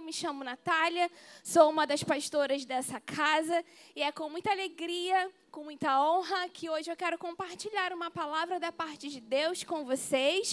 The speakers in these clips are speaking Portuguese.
me chamo Natália, sou uma das pastoras dessa casa e é com muita alegria, com muita honra que hoje eu quero compartilhar uma palavra da parte de Deus com vocês.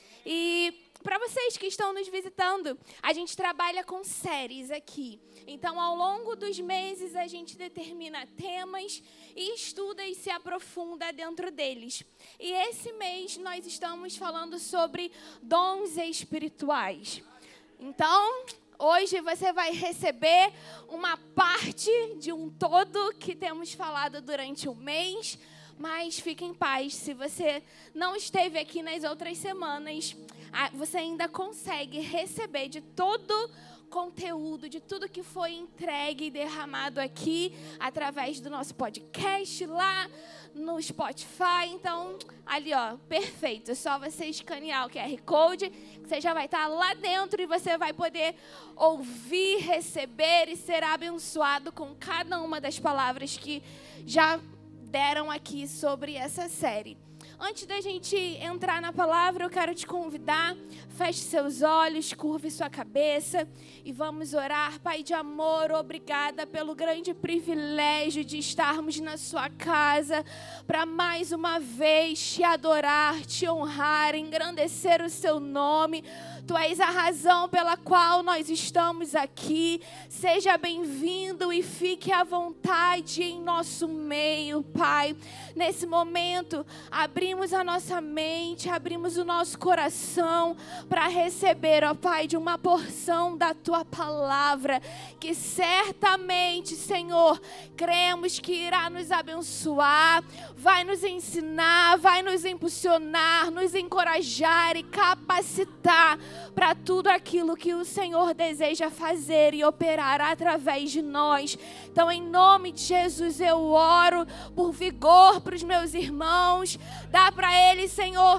E para vocês que estão nos visitando, a gente trabalha com séries aqui. Então, ao longo dos meses, a gente determina temas e estuda e se aprofunda dentro deles. E esse mês, nós estamos falando sobre dons espirituais. Então, hoje você vai receber uma parte de um todo que temos falado durante o mês. Mas fique em paz, se você não esteve aqui nas outras semanas, você ainda consegue receber de todo o conteúdo, de tudo que foi entregue e derramado aqui, através do nosso podcast lá no Spotify. Então, ali ó, perfeito, é só você escanear o QR Code, que você já vai estar lá dentro e você vai poder ouvir, receber e ser abençoado com cada uma das palavras que já deram aqui sobre essa série. Antes da gente entrar na palavra, eu quero te convidar, feche seus olhos, curve sua cabeça e vamos orar. Pai de amor, obrigada pelo grande privilégio de estarmos na sua casa para mais uma vez te adorar, te honrar, engrandecer o seu nome. Tu és a razão pela qual nós estamos aqui. Seja bem-vindo e fique à vontade em nosso meio, Pai. Nesse momento, abrimos a nossa mente, abrimos o nosso coração para receber, ó Pai, de uma porção da Tua palavra, que certamente, Senhor, cremos que irá nos abençoar, vai nos ensinar, vai nos impulsionar, nos encorajar e capacitar para tudo aquilo que o Senhor deseja fazer e operar através de nós. Então, em nome de Jesus, eu oro por vigor para os meus irmãos. Dá para eles, Senhor,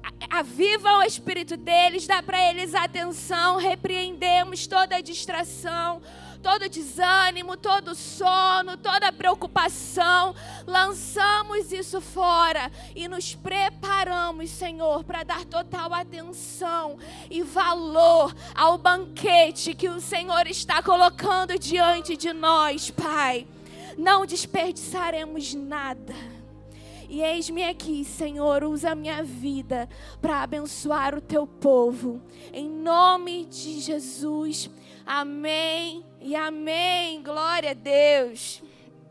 aviva o espírito deles, dá para eles atenção, repreendemos toda distração, todo desânimo, todo sono, toda preocupação, lançamos isso fora e nos preparamos, Senhor, para dar total atenção e valor ao banquete que o Senhor está colocando diante de nós, Pai. Não desperdiçaremos nada. E eis-me aqui, Senhor, usa a minha vida para abençoar o Teu povo. Em nome de Jesus. Amém e amém. Glória a Deus.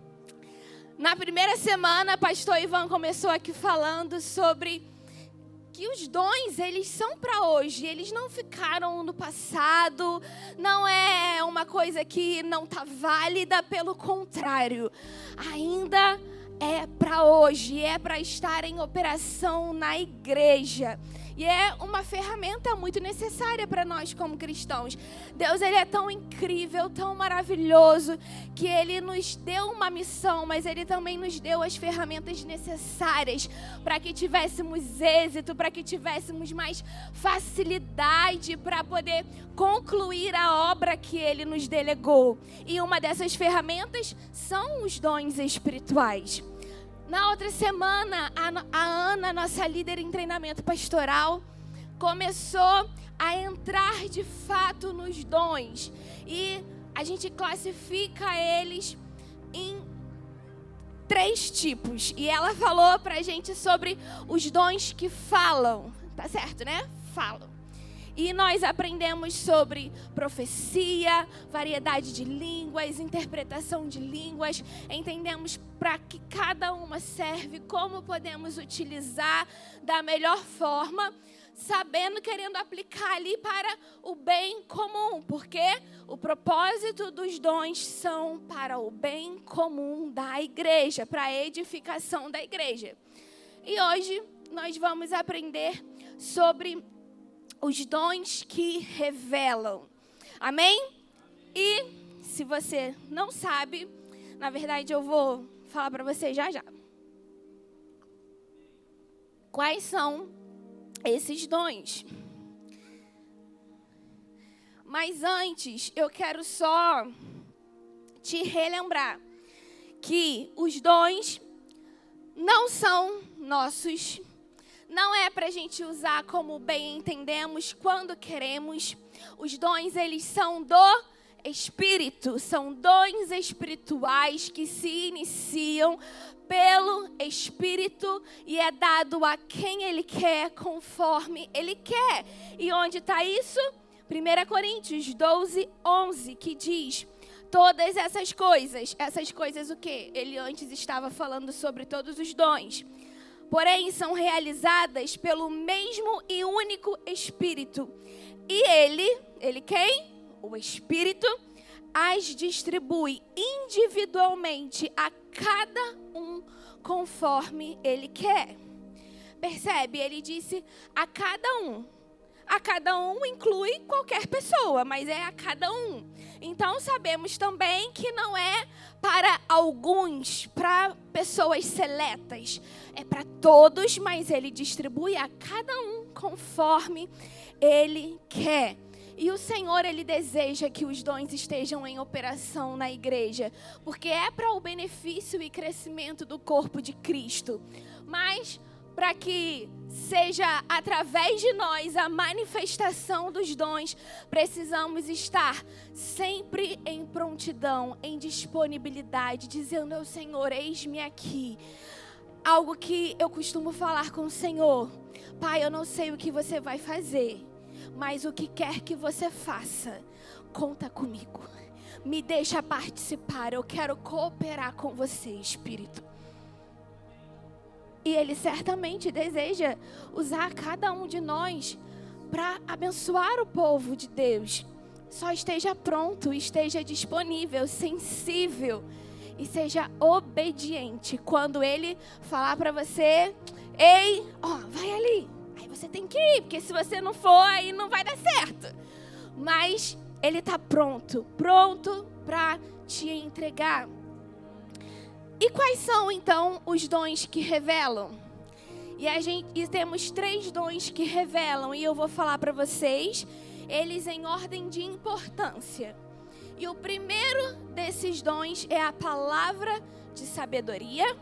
Na primeira semana, pastor Ivan começou aqui falando sobre que os dons, eles são para hoje. Eles não ficaram no passado. Não é uma coisa que não está válida. Pelo contrário, ainda é para hoje. É para estar em operação na igreja. E é uma ferramenta muito necessária para nós como cristãos. Deus, Ele é tão incrível, tão maravilhoso, que Ele nos deu uma missão, mas Ele também nos deu as ferramentas necessárias para que tivéssemos êxito, para que tivéssemos mais facilidade para poder concluir a obra que Ele nos delegou. E uma dessas ferramentas são os dons espirituais. Na outra semana, a Ana, nossa líder em treinamento pastoral, começou a entrar de fato nos dons. E a gente classifica eles em 3 tipos. E ela falou pra gente sobre os dons que falam. Tá certo, né? Falam. E nós aprendemos sobre profecia, variedade de línguas, interpretação de línguas. Entendemos para que cada uma serve, como podemos utilizar da melhor forma, sabendo, querendo aplicar ali para o bem comum. Porque o propósito dos dons são para o bem comum da igreja, para a edificação da igreja. E hoje nós vamos aprender sobre os dons que revelam. Amém? E se você não sabe, na verdade eu vou falar para você já já. Quais são esses dons? Mas antes, eu quero só te relembrar que os dons não são nossos, não é para a gente usar como bem entendemos, quando queremos. Os dons, eles são do Espírito, são dons espirituais que se iniciam pelo Espírito e é dado a quem Ele quer, conforme Ele quer. E onde está isso? 1 Coríntios 12, 11, que diz: todas essas coisas o quê? Ele antes estava falando sobre todos os dons. Porém, são realizadas pelo mesmo e único Espírito. E ele quem? O Espírito as distribui individualmente a cada um conforme Ele quer. Percebe? Ele disse a cada um. A cada um inclui qualquer pessoa, mas é a cada um. Então sabemos também que não é para alguns, para pessoas seletas. É para todos, mas Ele distribui a cada um conforme Ele quer. E o Senhor, Ele deseja que os dons estejam em operação na igreja, porque é para o benefício e crescimento do corpo de Cristo. Mas para que seja através de nós a manifestação dos dons, precisamos estar sempre em prontidão, em disponibilidade, dizendo ao Senhor: eis-me aqui. Algo que eu costumo falar com o Senhor: Pai, eu não sei o que você vai fazer, mas o que quer que você faça, conta comigo. Me deixa participar, eu quero cooperar com você, Espírito. E Ele certamente deseja usar cada um de nós para abençoar o povo de Deus. Só esteja pronto, esteja disponível, sensível e seja obediente. Quando Ele falar para você: ei, vai ali. Aí você tem que ir, porque se você não for, aí não vai dar certo. Mas Ele está pronto para te entregar. E quais são, então, os dons que revelam? E temos 3 dons que revelam, e eu vou falar para vocês, eles em ordem de importância. E o primeiro desses dons é a palavra de sabedoria.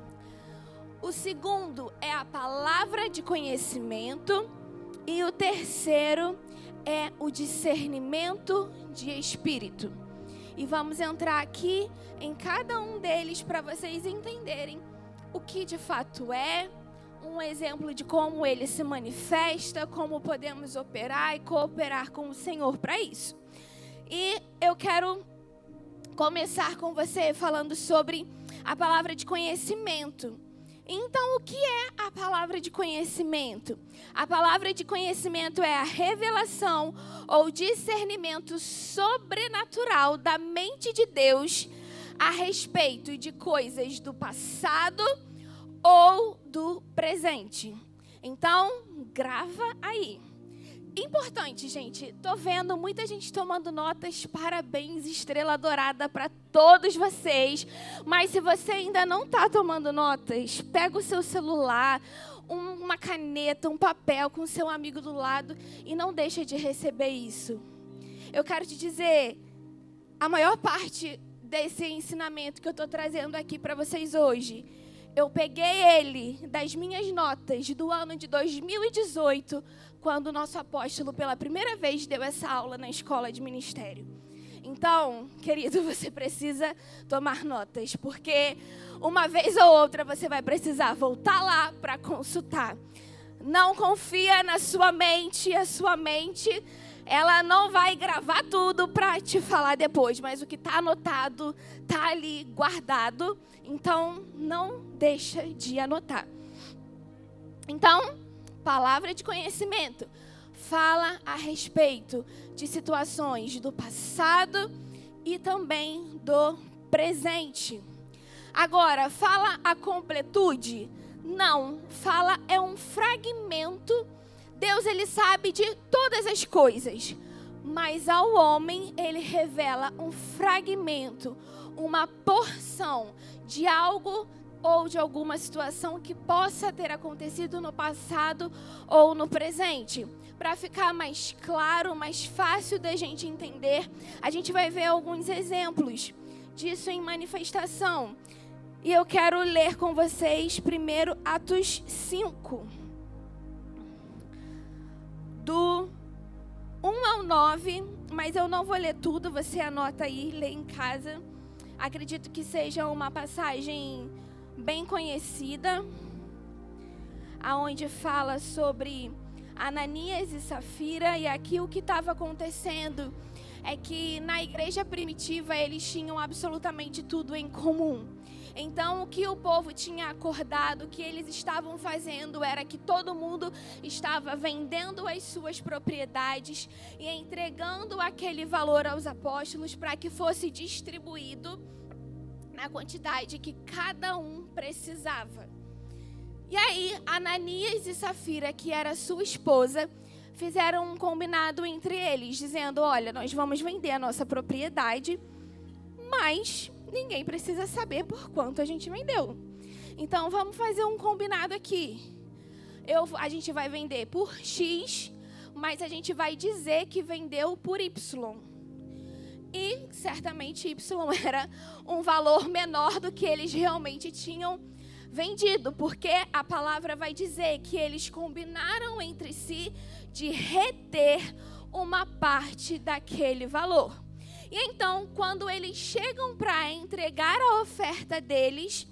O segundo é a palavra de conhecimento. E o terceiro é o discernimento de espírito. E vamos entrar aqui em cada um deles para vocês entenderem o que de fato é, um exemplo de como ele se manifesta, como podemos operar e cooperar com o Senhor para isso. E eu quero começar com você falando sobre a palavra de conhecimento. Então, o que é a palavra de conhecimento? A palavra de conhecimento é a revelação ou discernimento sobrenatural da mente de Deus a respeito de coisas do passado ou do presente. Então, grava aí. Importante, gente. Tô vendo muita gente tomando notas. Parabéns, estrela dourada para todos vocês. Mas se você ainda não está tomando notas, pega o seu celular, uma caneta, um papel com o seu amigo do lado e não deixa de receber isso. Eu quero te dizer, a maior parte desse ensinamento que eu estou trazendo aqui para vocês hoje, eu peguei ele das minhas notas do ano de 2018, quando o nosso apóstolo pela primeira vez deu essa aula na escola de ministério. Então, querido, você precisa tomar notas, porque uma vez ou outra você vai precisar voltar lá para consultar. Não confia na sua mente, a sua mente, ela não vai gravar tudo para te falar depois, mas o que está anotado está ali guardado, então não deixa de anotar. Então, palavra de conhecimento fala a respeito de situações do passado e também do presente. Agora, fala a completude? Não, fala é um fragmento. Deus, ele sabe de todas as coisas, mas ao homem ele revela um fragmento, uma porção de algo ou de alguma situação que possa ter acontecido no passado ou no presente. Para ficar mais claro, mais fácil da gente entender, a gente vai ver alguns exemplos disso em manifestação. E eu quero ler com vocês primeiro Atos 5. do 1 ao 9, mas eu não vou ler tudo, você anota aí, lê em casa. Acredito que seja uma passagem bem conhecida, aonde fala sobre Ananias e Safira, e aqui o que estava acontecendo é que na igreja primitiva eles tinham absolutamente tudo em comum. Então, o que o povo tinha acordado, o que eles estavam fazendo era que todo mundo estava vendendo as suas propriedades e entregando aquele valor aos apóstolos para que fosse distribuído na quantidade que cada um precisava. E aí, Ananias e Safira, que era sua esposa, fizeram um combinado entre eles, dizendo: olha, nós vamos vender a nossa propriedade, mas ninguém precisa saber por quanto a gente vendeu. Então, vamos fazer um combinado aqui. A gente vai vender por X, mas a gente vai dizer que vendeu por Y. E, certamente, Y era um valor menor do que eles realmente tinham vendido, porque a palavra vai dizer que eles combinaram entre si de reter uma parte daquele valor. E então, quando eles chegam para entregar a oferta deles,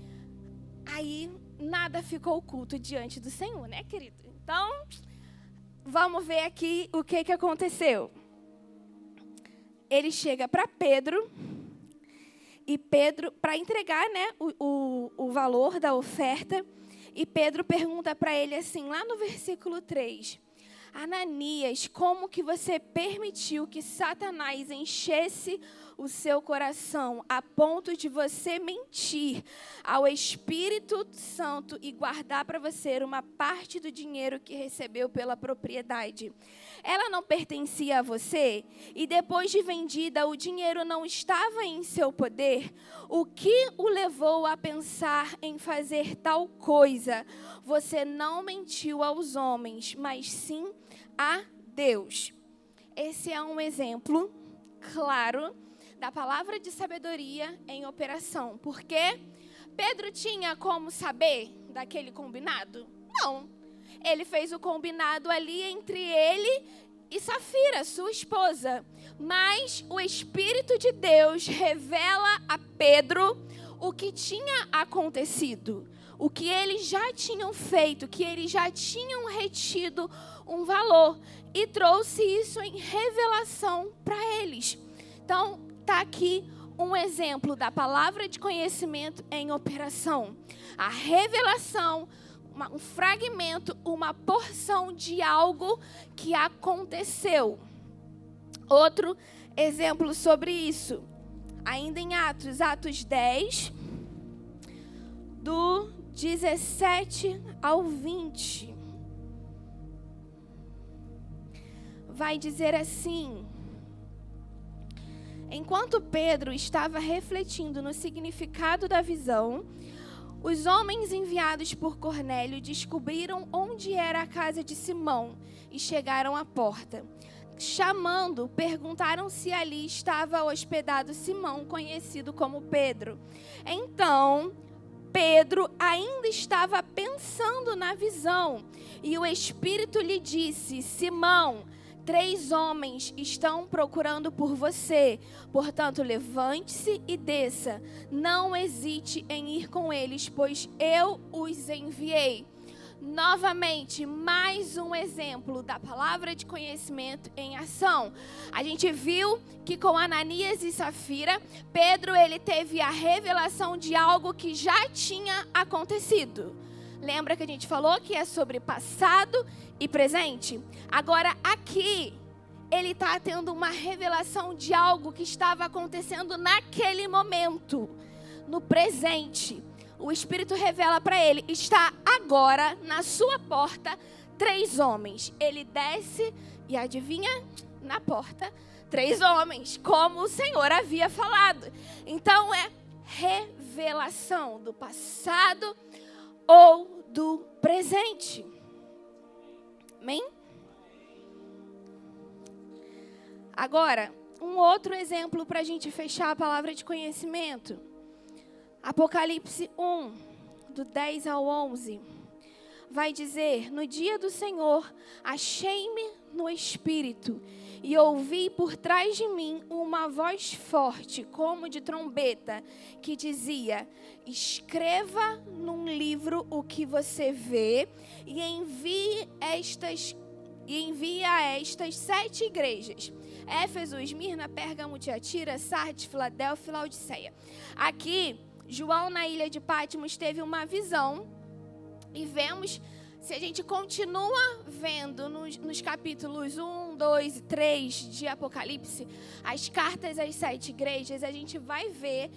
aí nada ficou oculto diante do Senhor, né, querido? Então, vamos ver aqui o que aconteceu. Ele chega para Pedro, e Pedro, para entregar, né, o valor da oferta, e Pedro pergunta para ele assim, lá no versículo 3, Ananias, como que você permitiu que Satanás enchesse o seu coração a ponto de você mentir ao Espírito Santo e guardar para você uma parte do dinheiro que recebeu pela propriedade? Ela não pertencia a você? E depois de vendida, o dinheiro não estava em seu poder? O que o levou a pensar em fazer tal coisa? Você não mentiu aos homens, mas sim a Deus. Esse é um exemplo claro da palavra de sabedoria em operação. Porque Pedro tinha como saber daquele combinado? Não. Ele fez o combinado ali entre ele e Safira, sua esposa. Mas o Espírito de Deus revela a Pedro o que tinha acontecido, o que eles já tinham feito, que eles já tinham retido um valor, e trouxe isso em revelação para eles. Então, está aqui um exemplo da palavra de conhecimento em operação. A revelação, um fragmento, uma porção de algo que aconteceu. Outro exemplo sobre isso, ainda em Atos 10, do 17 ao 20. Vai dizer assim: enquanto Pedro estava refletindo no significado da visão, os homens enviados por Cornélio descobriram onde era a casa de Simão e chegaram à porta. Chamando, perguntaram se ali estava hospedado Simão, conhecido como Pedro. Então, Pedro ainda estava pensando na visão, e o Espírito lhe disse: Simão, 3 homens estão procurando por você. Portanto, levante-se e desça. Não hesite em ir com eles, pois eu os enviei. Novamente, mais um exemplo da palavra de conhecimento em ação. A gente viu que com Ananias e Safira, Pedro ele teve a revelação de algo que já tinha acontecido. Lembra que a gente falou que é sobre passado e presente? Agora aqui, ele está tendo uma revelação de algo que estava acontecendo naquele momento, no presente. O Espírito revela para ele: está agora na sua porta 3 homens. Ele desce e adivinha? Na porta, 3 homens, como o Senhor havia falado. Então é revelação do passado ou do presente. Amém? Agora, um outro exemplo para a gente fechar a palavra de conhecimento. Apocalipse 1, do 10 ao 11. vai dizer: no dia do Senhor, achei-me no Espírito, e ouvi por trás de mim uma voz forte, como de trombeta, que dizia: escreva num livro o que você vê e envia a estas 7 igrejas: Éfeso, Esmirna, Pérgamo, Tiatira, Sardes, Filadélfia e Laodiceia. Aqui, João, na ilha de Patmos, teve uma visão. E vemos, se a gente continua vendo nos capítulos 1, 2 e 3 de Apocalipse, as cartas às 7 igrejas, a gente vai ver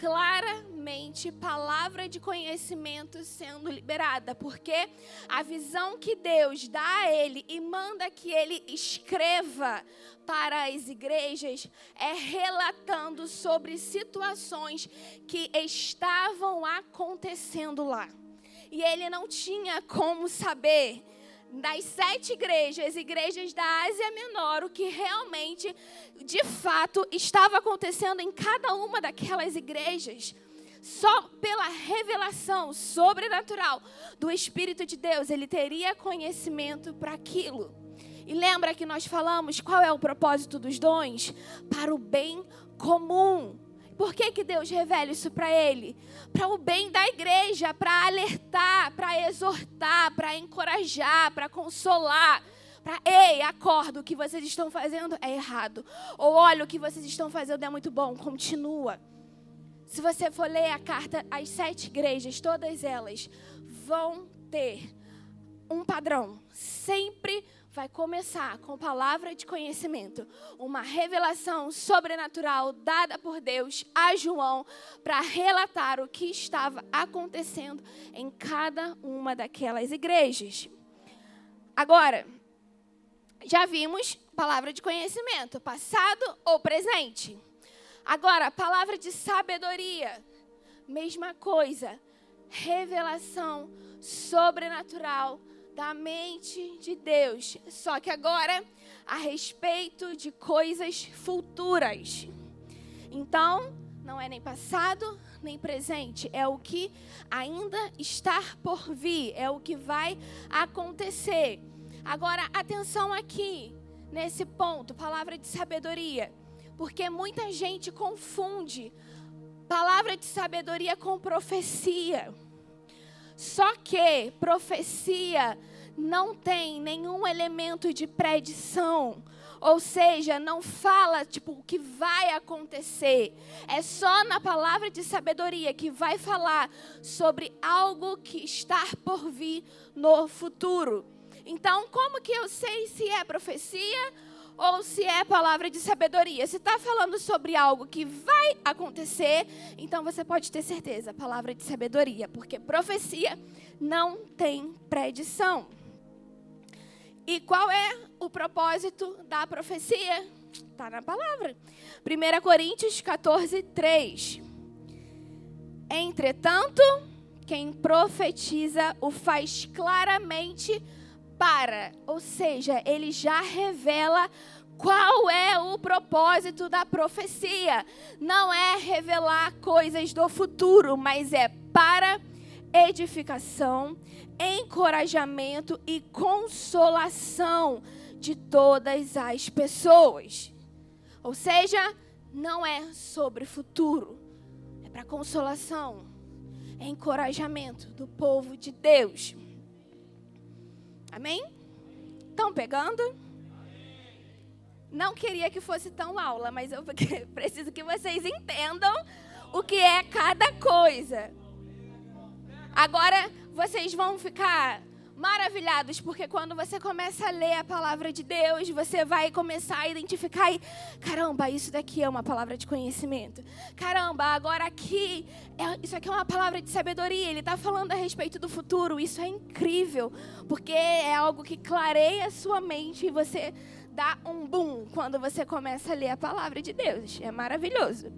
claramente palavra de conhecimento sendo liberada, porque a visão que Deus dá a ele e manda que ele escreva para as igrejas é relatando sobre situações que estavam acontecendo lá. E ele não tinha como saber das 7 igrejas da Ásia Menor, o que realmente, de fato, estava acontecendo em cada uma daquelas igrejas. Só pela revelação sobrenatural do Espírito de Deus, ele teria conhecimento para aquilo. E lembra que nós falamos qual é o propósito dos dons? Para o bem comum. Por que Deus revela isso para ele? Para o bem da igreja, para alertar, para exortar, para encorajar, para consolar. Ei, acorda, o que vocês estão fazendo é errado. Ou olha, o que vocês estão fazendo é muito bom, continua. Se você for ler a carta às 7 igrejas, todas elas vão ter um padrão. Sempre vai começar com palavra de conhecimento, uma revelação sobrenatural dada por Deus a João para relatar o que estava acontecendo em cada uma daquelas igrejas. Agora, já vimos palavra de conhecimento, passado ou presente. Agora, palavra de sabedoria, mesma coisa, revelação sobrenatural da mente de Deus, só que agora a respeito de coisas futuras. Então, não é nem passado, nem presente, é o que ainda está por vir, é o que vai acontecer. Agora, atenção aqui, nesse ponto, palavra de sabedoria, porque muita gente confunde palavra de sabedoria com profecia. Só que profecia não tem nenhum elemento de predição. Ou seja, não fala o que vai acontecer. É só na palavra de sabedoria que vai falar sobre algo que está por vir no futuro. Então, como que eu sei se é profecia ou se é palavra de sabedoria? Se está falando sobre algo que vai acontecer, então você pode ter certeza, palavra de sabedoria, porque profecia não tem predição. E qual é o propósito da profecia? Está na palavra. 1 Coríntios 14, 3. Entretanto, quem profetiza o faz claramente ou seja, ele já revela qual é o propósito da profecia. Não é revelar coisas do futuro, mas é para edificação, encorajamento e consolação de todas as pessoas. Ou seja, não é sobre futuro, é para consolação, encorajamento do povo de Deus. Amém? Estão pegando? Não queria que fosse tão aula, mas eu preciso que vocês entendam o que é cada coisa. Agora, vocês vão ficar maravilhados, porque quando você começa a ler a palavra de Deus, você vai começar a identificar e, caramba, isso daqui é uma palavra de conhecimento. Caramba, agora aqui, isso aqui é uma palavra de sabedoria. Ele está falando a respeito do futuro. Isso é incrível, porque é algo que clareia a sua mente e você dá um boom quando você começa a ler a palavra de Deus. É maravilhoso.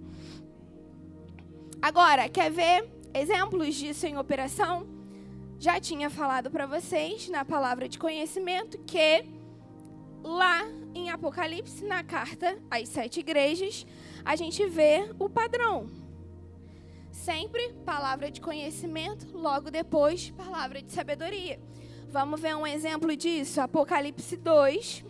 Agora, quer ver exemplos disso em operação? Já tinha falado para vocês na palavra de conhecimento que lá em Apocalipse, na carta às 7 igrejas, a gente vê o padrão. Sempre palavra de conhecimento, logo depois palavra de sabedoria. Vamos ver um exemplo disso. Apocalipse 2.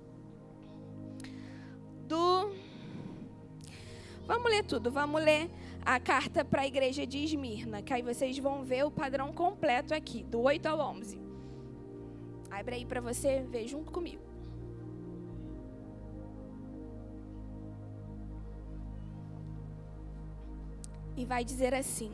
Vamos ler tudo. Vamos ler a carta para a igreja de Esmirna, que aí vocês vão ver o padrão completo aqui, do 8 ao 11. Abre aí para você ver junto comigo. E vai dizer assim: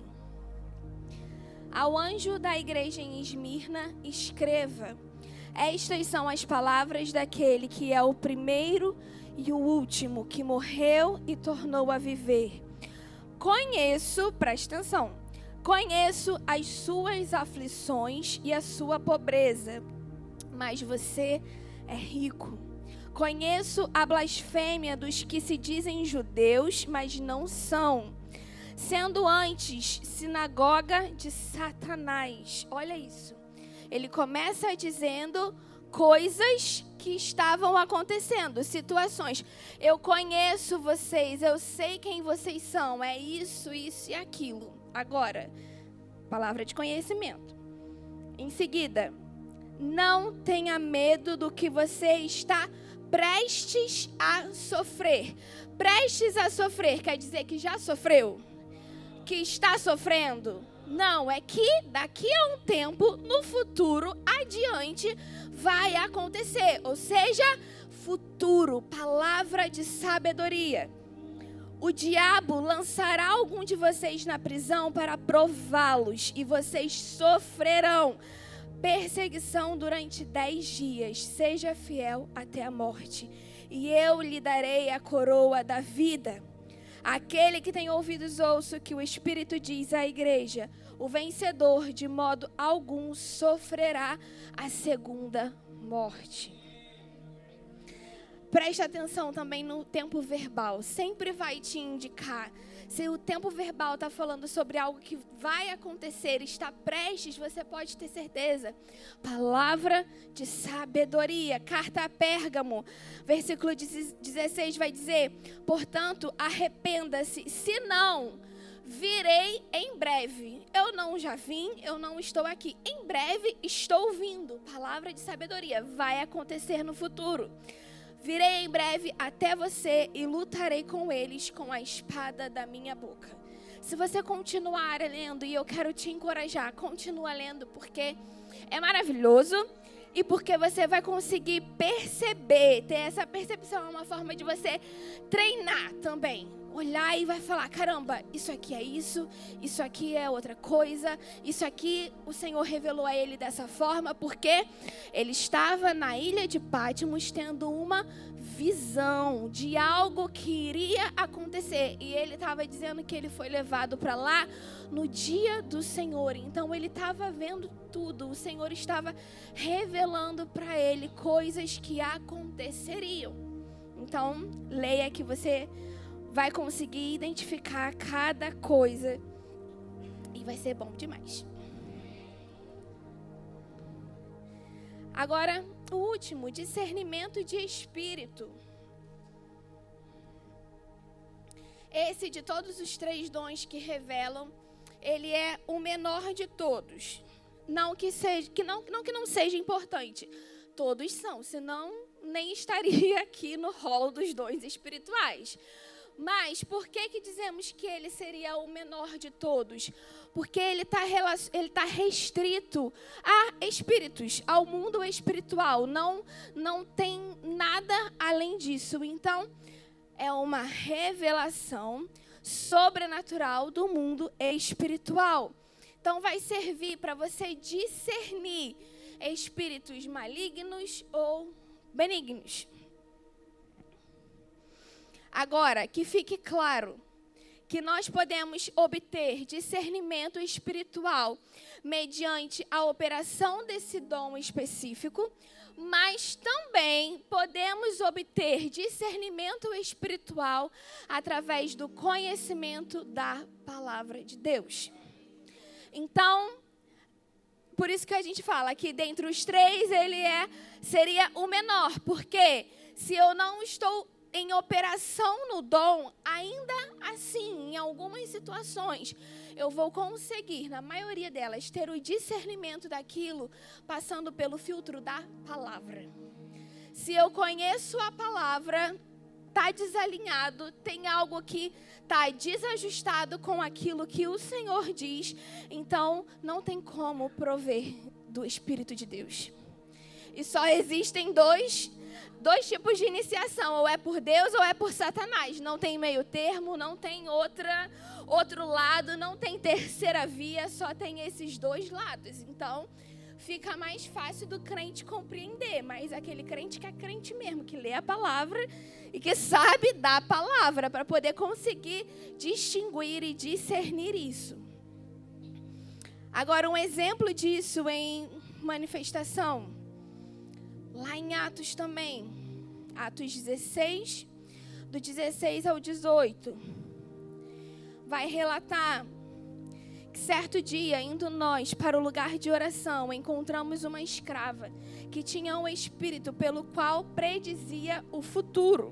ao anjo da igreja em Esmirna, escreva: estas são as palavras daquele que é o primeiro e o último, que morreu e tornou a viver. Conheço, presta atenção, conheço as suas aflições e a sua pobreza, mas você é rico. Conheço a blasfêmia dos que se dizem judeus, mas não são, sendo antes sinagoga de Satanás. Olha isso. Ele começa dizendo coisas que estavam acontecendo, situações. Eu conheço vocês, eu sei quem vocês são, é isso, isso e aquilo. Agora, palavra de conhecimento. Em seguida, não tenha medo do que você está prestes a sofrer. Prestes a sofrer quer dizer que já sofreu? Que está sofrendo? Não, é que daqui a um tempo, no futuro, adiante, vai acontecer. Ou seja, futuro, palavra de sabedoria. O diabo lançará algum de vocês na prisão para prová-los, e vocês sofrerão perseguição durante 10 dias. Seja fiel até a morte, e eu lhe darei a coroa da vida. Aquele que tem ouvidos, ouça o que o Espírito diz à igreja. O vencedor, de modo algum, sofrerá a segunda morte. Preste atenção também no tempo verbal. Sempre vai te indicar. Se o tempo verbal está falando sobre algo que vai acontecer, está prestes, você pode ter certeza. Palavra de sabedoria. Carta a Pérgamo, versículo 16 vai dizer: portanto, arrependa-se, senão virei em breve. Eu não já vim, eu não estou aqui. Em breve estou vindo. Palavra de sabedoria. Vai acontecer no futuro. Virei em breve até você e lutarei com eles com a espada da minha boca. Se você continuar lendo, e eu quero te encorajar, continua lendo, porque é maravilhoso e porque você vai conseguir perceber, ter essa percepção, é uma forma de você treinar também. Olhar e vai falar, caramba, isso aqui é isso aqui é outra coisa, isso aqui o Senhor revelou a ele dessa forma, porque ele estava na ilha de Patmos tendo uma visão de algo que iria acontecer. E ele estava dizendo que ele foi levado para lá no dia do Senhor. Então ele estava vendo tudo, o Senhor estava revelando para ele coisas que aconteceriam. Então, leia que você vai conseguir identificar cada coisa e vai ser bom demais. Agora, o último, discernimento de espírito. Esse, de todos os 3 dons que revelam, ele é o menor de todos. Não que não seja importante. Todos são, senão nem estaria aqui no rol dos dons espirituais. Mas por que dizemos que ele seria o menor de todos? Porque ele tá restrito a espíritos, ao mundo espiritual. Não tem nada além disso. Então, é uma revelação sobrenatural do mundo espiritual. Então, vai servir para você discernir espíritos malignos ou benignos. Agora, que fique claro que nós podemos obter discernimento espiritual mediante a operação desse dom específico, mas também podemos obter discernimento espiritual através do conhecimento da palavra de Deus. Então, por isso que a gente fala que dentre os 3 ele seria o menor, porque se eu não estou em operação no dom, ainda assim, em algumas situações, eu vou conseguir, na maioria delas, ter o discernimento daquilo passando pelo filtro da palavra. Se eu conheço a palavra, está desalinhado, tem algo que está desajustado com aquilo que o Senhor diz, então não tem como prover do Espírito de Deus. E só existem dois tipos de iniciação, ou é por Deus ou é por Satanás. Não tem meio termo, não tem outro lado, não tem terceira via, só tem esses dois lados. Então, fica mais fácil do crente compreender, mas aquele crente que é crente mesmo, que lê a palavra e que sabe da palavra para poder conseguir distinguir e discernir isso. Agora, um exemplo disso em manifestação, lá em Atos também, Atos 16, do 16 ao 18, vai relatar que certo dia, indo nós para o lugar de oração, encontramos uma escrava que tinha um espírito pelo qual predizia o futuro.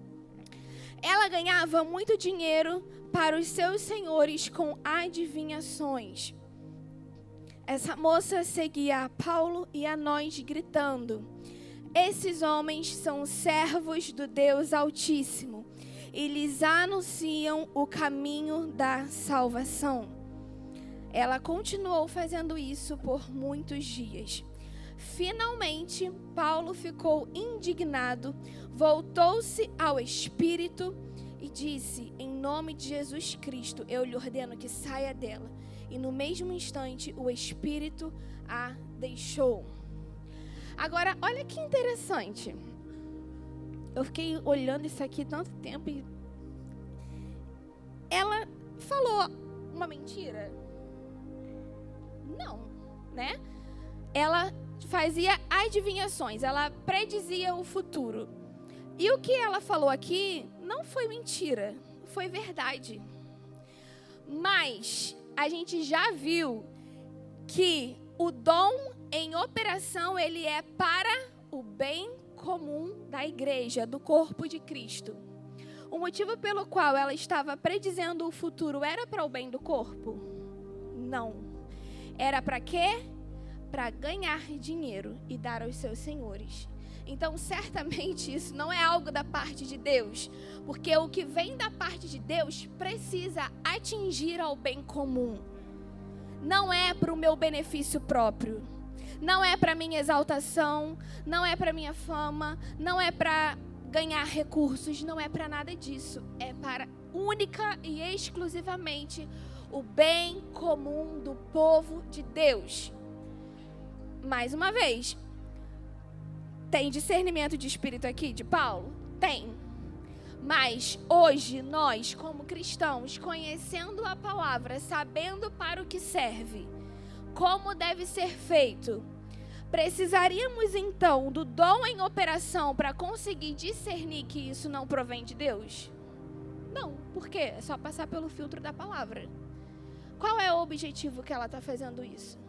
Ela ganhava muito dinheiro para os seus senhores com adivinhações. Essa moça seguia a Paulo e a nós gritando: esses homens são servos do Deus Altíssimo e lhes anunciam o caminho da salvação. Ela continuou fazendo isso por muitos dias. Finalmente, Paulo ficou indignado, voltou-se ao Espírito e disse: em nome de Jesus Cristo, eu lhe ordeno que saia dela. E no mesmo instante, o Espírito a deixou. Agora, olha que interessante. Eu fiquei olhando isso aqui tanto tempo e ela falou uma mentira? Não, né? Ela fazia adivinhações, ela predizia o futuro. E o que ela falou aqui não foi mentira, foi verdade. Mas a gente já viu que o dom em operação, ele é para o bem comum da igreja, do corpo de Cristo. O motivo pelo qual ela estava predizendo o futuro era para o bem do corpo? Não. Era para quê? Para ganhar dinheiro e dar aos seus senhores. Então, certamente, isso não é algo da parte de Deus, porque o que vem da parte de Deus precisa atingir ao bem comum. Não é para o meu benefício próprio, não é para minha exaltação, não é para minha fama, não é para ganhar recursos, não é para nada disso. É para única e exclusivamente o bem comum do povo de Deus. Mais uma vez, tem discernimento de espírito aqui de Paulo? Tem. Mas hoje nós, como cristãos, conhecendo a palavra, sabendo para o que serve, como deve ser feito, precisaríamos então do dom em operação para conseguir discernir que isso não provém de Deus? Não, por quê? É só passar pelo filtro da palavra. Qual é o objetivo que ela está fazendo isso?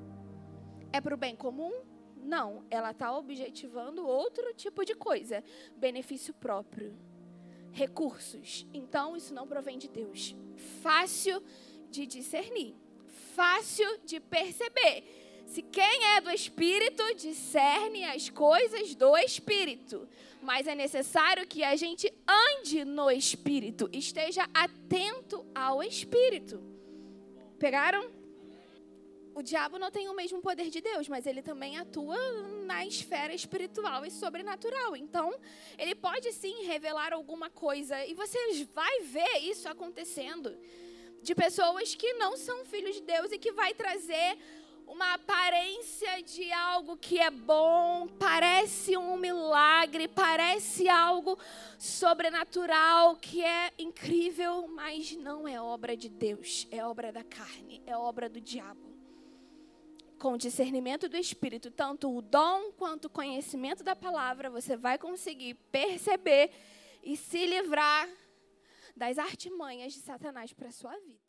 É para o bem comum? Não, ela está objetivando outro tipo de coisa. Benefício próprio. Recursos. Então, isso não provém de Deus. Fácil de discernir. Fácil de perceber. Se quem é do Espírito discerne as coisas do Espírito. Mas é necessário que a gente ande no Espírito. Esteja atento ao Espírito. Pegaram? O diabo não tem o mesmo poder de Deus, mas ele também atua na esfera espiritual e sobrenatural. Então, ele pode sim revelar alguma coisa. E você vai ver isso acontecendo. De pessoas que não são filhos de Deus e que vai trazer uma aparência de algo que é bom, parece um milagre, parece algo sobrenatural, que é incrível, mas não é obra de Deus, é obra da carne, é obra do diabo. Com o discernimento do Espírito, tanto o dom quanto o conhecimento da palavra, você vai conseguir perceber e se livrar das artimanhas de Satanás para a sua vida.